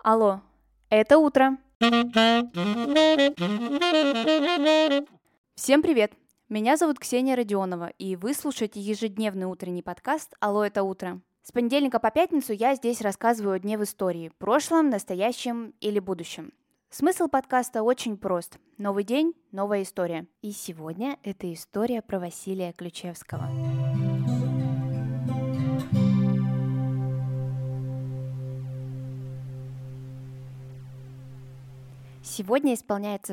Алло, это утро. Всем привет! Меня зовут Ксения Родионова, и вы слушаете ежедневный утренний подкаст «Алло, это утро». С понедельника по пятницу я здесь рассказываю о дне в истории, прошлом, настоящем или будущем. Смысл подкаста очень прост. Новый день, новая история. И сегодня это история про Василия Ключевского. Сегодня исполняется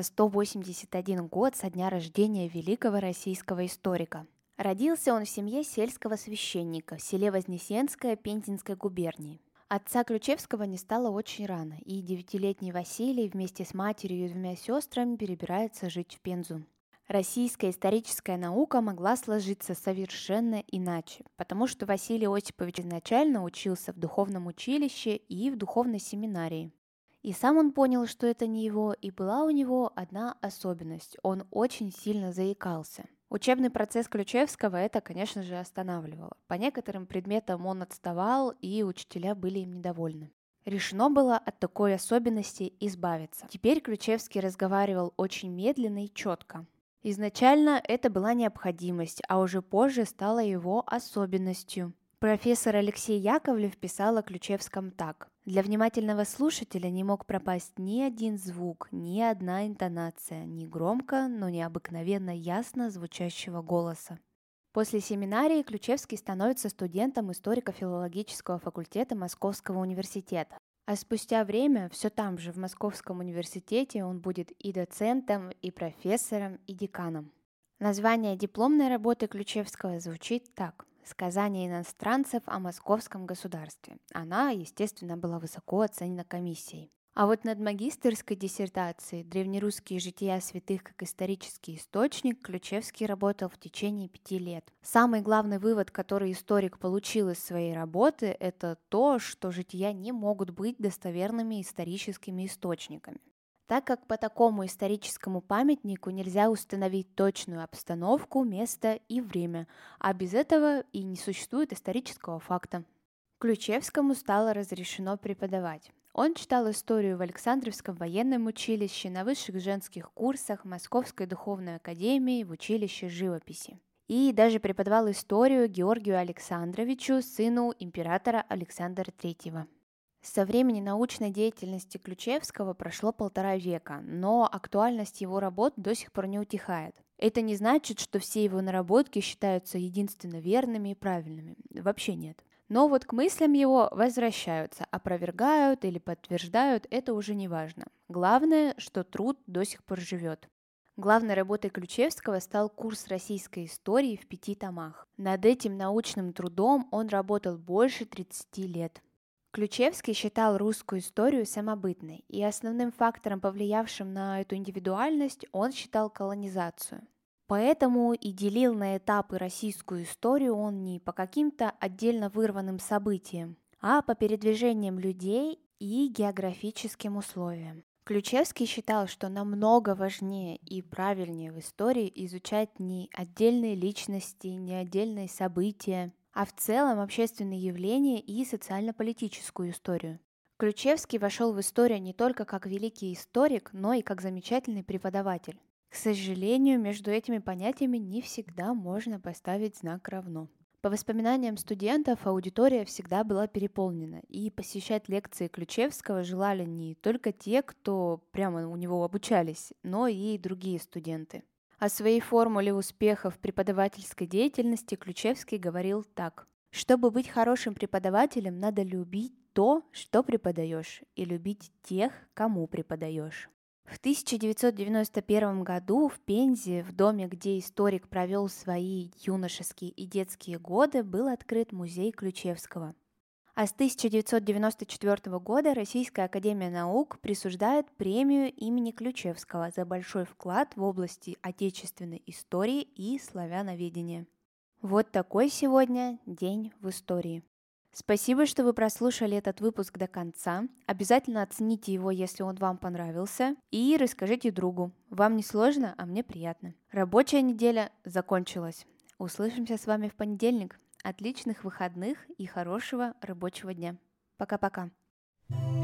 181 год со дня рождения великого российского историка. Родился он в семье сельского священника в селе Вознесенское Пензенской губернии. Отца Ключевского не стало очень рано, и 9-летний Василий вместе с матерью и 2 сестрами перебирается жить в Пензу. Российская историческая наука могла сложиться совершенно иначе, потому что Василий Осипович изначально учился в духовном училище и в духовной семинарии. И сам он понял, что это не его, и была у него одна особенность – он очень сильно заикался. Учебный процесс Ключевского это, конечно же, останавливало. По некоторым предметам он отставал, и учителя были им недовольны. Решено было от такой особенности избавиться. Теперь Ключевский разговаривал очень медленно и четко. Изначально это была необходимость, а уже позже стало его особенностью. Профессор Алексей Яковлев писал о Ключевском так. Для внимательного слушателя не мог пропасть ни один звук, ни одна интонация, ни громко, но необыкновенно ясно звучащего голоса. После семинарии Ключевский становится студентом историко-филологического факультета Московского университета. А спустя время, все там же, в Московском университете, он будет и доцентом, и профессором, и деканом. Название дипломной работы Ключевского звучит так. «Сказание иностранцев о московском государстве». Она, естественно, была высоко оценена комиссией. А вот над магистерской диссертацией «Древнерусские жития святых как исторический источник» Ключевский работал в течение 5 лет. Самый главный вывод, который историк получил из своей работы, это то, что жития не могут быть достоверными историческими источниками. Так как по такому историческому памятнику нельзя установить точную обстановку, место и время, а без этого и не существует исторического факта. Ключевскому стало разрешено преподавать. Он читал историю в Александровском военном училище, на высших женских курсах, Московской духовной академии, в училище живописи. И даже преподавал историю Георгию Александровичу, сыну императора Александра III. Со времени научной деятельности Ключевского прошло 1,5 века, но актуальность его работ до сих пор не утихает. Это не значит, что все его наработки считаются единственно верными и правильными. Вообще нет. Но вот к мыслям его возвращаются, опровергают или подтверждают, это уже не важно. Главное, что труд до сих пор живет. Главной работой Ключевского стал курс российской истории в 5 томах. Над этим научным трудом он работал больше 30 лет. Ключевский считал русскую историю самобытной, и основным фактором, повлиявшим на эту индивидуальность, он считал колонизацию. Поэтому и делил на этапы российскую историю он не по каким-то отдельно вырванным событиям, а по передвижениям людей и географическим условиям. Ключевский считал, что намного важнее и правильнее в истории изучать не отдельные личности, не отдельные события, а в целом общественные явления и социально-политическую историю. Ключевский вошел в историю не только как великий историк, но и как замечательный преподаватель. К сожалению, между этими понятиями не всегда можно поставить знак равно. По воспоминаниям студентов, аудитория всегда была переполнена, и посещать лекции Ключевского желали не только те, кто прямо у него обучались, но и другие студенты. О своей формуле успеха в преподавательской деятельности Ключевский говорил так. Чтобы быть хорошим преподавателем, надо любить то, что преподаешь, и любить тех, кому преподаешь. В 1991 году в Пензе, в доме, где историк провел свои юношеские и детские годы, был открыт музей Ключевского. А с 1994 года Российская академия наук присуждает премию имени Ключевского за большой вклад в области отечественной истории и славяноведения. Вот такой сегодня день в истории. Спасибо, что вы прослушали этот выпуск до конца. Обязательно оцените его, если он вам понравился, и расскажите другу. Вам не сложно, а мне приятно. Рабочая неделя закончилась. Услышимся с вами в понедельник. Отличных выходных и хорошего рабочего дня. Пока-пока.